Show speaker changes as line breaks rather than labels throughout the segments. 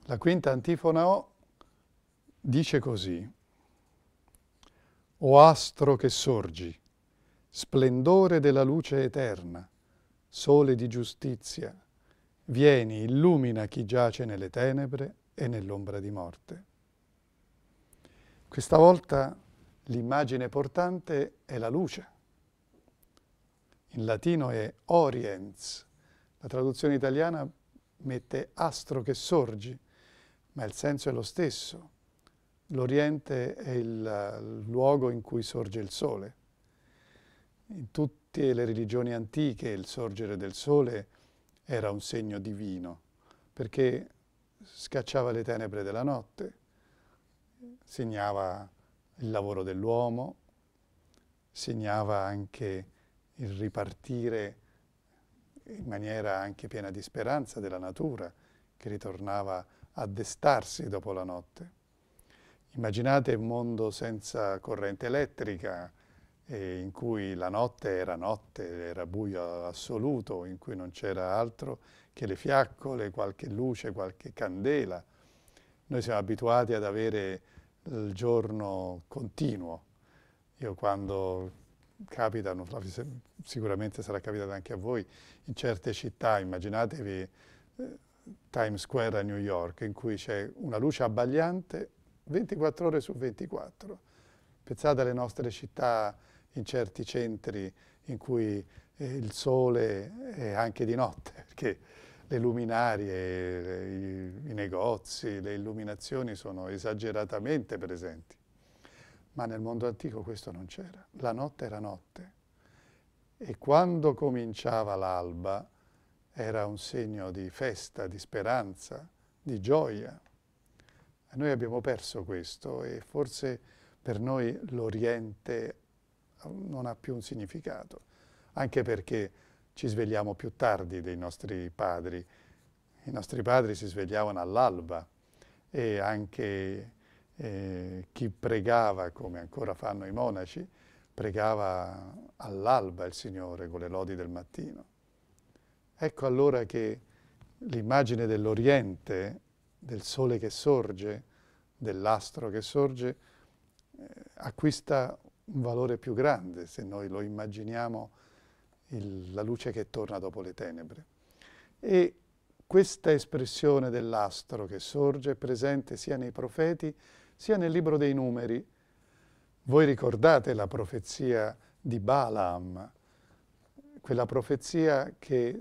La quinta antifona O dice così: O astro che sorgi, splendore della luce eterna, sole di giustizia, vieni, illumina chi giace nelle tenebre e nell'ombra di morte. Questa volta l'immagine portante è la luce. In latino è oriens. La traduzione italiana mette astro che sorgi, ma il senso è lo stesso. L'Oriente è il luogo in cui sorge il sole. In tutte le religioni antiche il sorgere del sole era un segno divino, perché scacciava le tenebre della notte, segnava il lavoro dell'uomo, segnava anche il ripartire in maniera anche piena di speranza della natura, che ritornava a destarsi dopo la notte. Immaginate un mondo senza corrente elettrica, in cui la notte, era buio assoluto, in cui non c'era altro che le fiaccole, qualche luce, qualche candela. Noi siamo abituati ad avere il giorno continuo. Io quando capitano, sicuramente sarà capitato anche a voi, in certe città, immaginatevi Times Square a New York, in cui c'è una luce abbagliante 24 ore su 24. Pensate alle nostre città in certi centri in cui il sole è anche di notte, perché le luminarie, i negozi, le illuminazioni sono esageratamente presenti. Ma nel mondo antico questo non c'era. La notte era notte. E quando cominciava l'alba era un segno di festa, di speranza, di gioia. E noi abbiamo perso questo e forse per noi l'Oriente non ha più un significato, anche perché ci svegliamo più tardi dei nostri padri. I nostri padri si svegliavano all'alba e anche chi pregava, come ancora fanno i monaci, pregava all'alba il Signore con le lodi del mattino. Ecco allora che l'immagine dell'Oriente, del sole che sorge, dell'astro che sorge, acquista un valore più grande se noi lo immaginiamo la luce che torna dopo le tenebre. E questa espressione dell'astro che sorge è presente sia nei profeti sia nel libro dei Numeri. Voi ricordate la profezia di Balaam, quella profezia che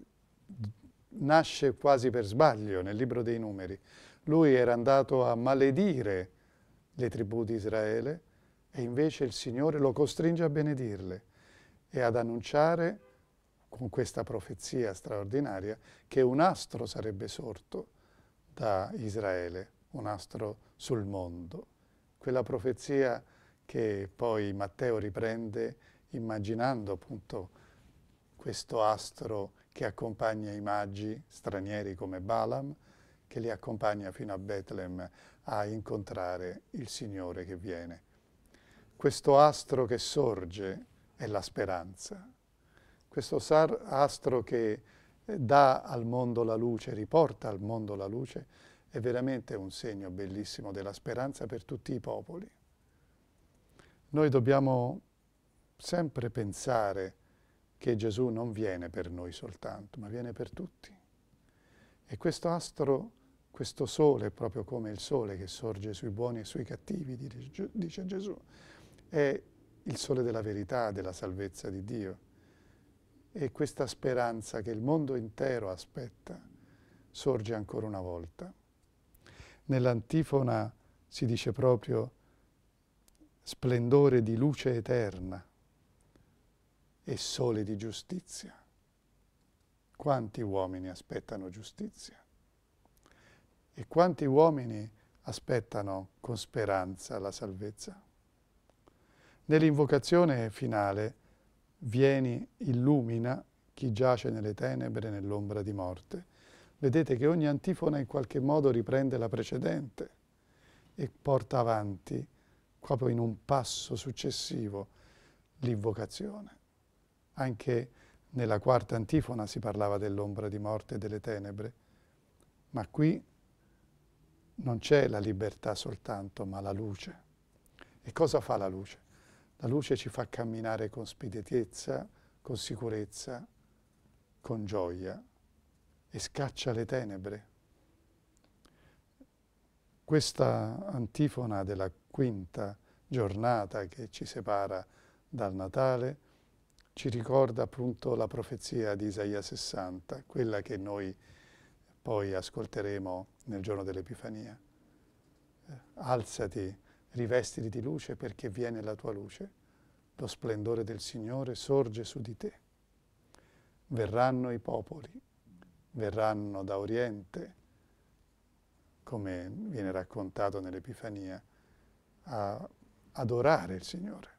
nasce quasi per sbaglio nel libro dei Numeri. Lui era andato a maledire le tribù di Israele e invece il Signore lo costringe a benedirle e ad annunciare con questa profezia straordinaria che un astro sarebbe sorto da Israele, un astro sul mondo. Quella profezia che poi Matteo riprende immaginando appunto questo astro che accompagna i magi stranieri come Balaam, che li accompagna fino a Betlem a incontrare il Signore che viene. Questo astro che sorge è la speranza. Questo astro che dà al mondo la luce, riporta al mondo la luce, è veramente un segno bellissimo della speranza per tutti i popoli. Noi dobbiamo sempre pensare che Gesù non viene per noi soltanto, ma viene per tutti. E questo astro, questo sole, proprio come il sole che sorge sui buoni e sui cattivi, dice Gesù, è il sole della verità, della salvezza di Dio. E questa speranza che il mondo intero aspetta sorge ancora una volta. Nell'antifona si dice proprio splendore di luce eterna e sole di giustizia. Quanti uomini aspettano giustizia? E quanti uomini aspettano con speranza la salvezza? Nell'invocazione finale, vieni, illumina chi giace nelle tenebre e nell'ombra di morte. Vedete che ogni antifona in qualche modo riprende la precedente e porta avanti, proprio in un passo successivo, l'invocazione. Anche nella quarta antifona si parlava dell'ombra di morte e delle tenebre, ma qui non c'è la libertà soltanto, ma la luce. E cosa fa la luce? La luce ci fa camminare con speditezza, con sicurezza, con gioia e scaccia le tenebre. Questa antifona della quinta giornata che ci separa dal Natale ci ricorda appunto la profezia di Isaia 60, quella che noi poi ascolteremo nel giorno dell'Epifania. Alzati, rivestiti di luce perché viene la tua luce. Lo splendore del Signore sorge su di te. Verranno i popoli, verranno da Oriente, come viene raccontato nell'Epifania, a adorare il Signore.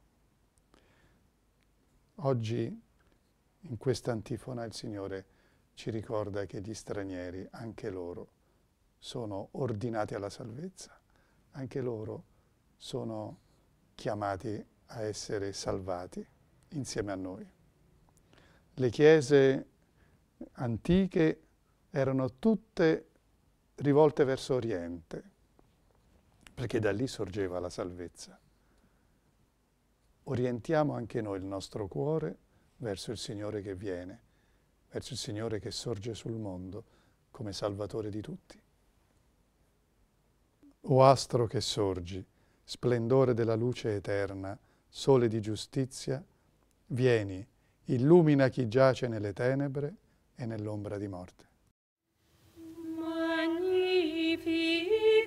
Oggi, in questa antifona, il Signore ci ricorda che gli stranieri, anche loro, sono ordinati alla salvezza, anche loro sono chiamati a essere salvati insieme a noi. Le chiese antiche erano tutte rivolte verso Oriente, perché da lì sorgeva la salvezza. Orientiamo anche noi il nostro cuore verso il Signore che viene, verso il Signore che sorge sul mondo come Salvatore di tutti. O astro che sorgi, splendore della luce eterna, sole di giustizia, vieni, illumina chi giace nelle tenebre e nell'ombra di morte.
Magnificat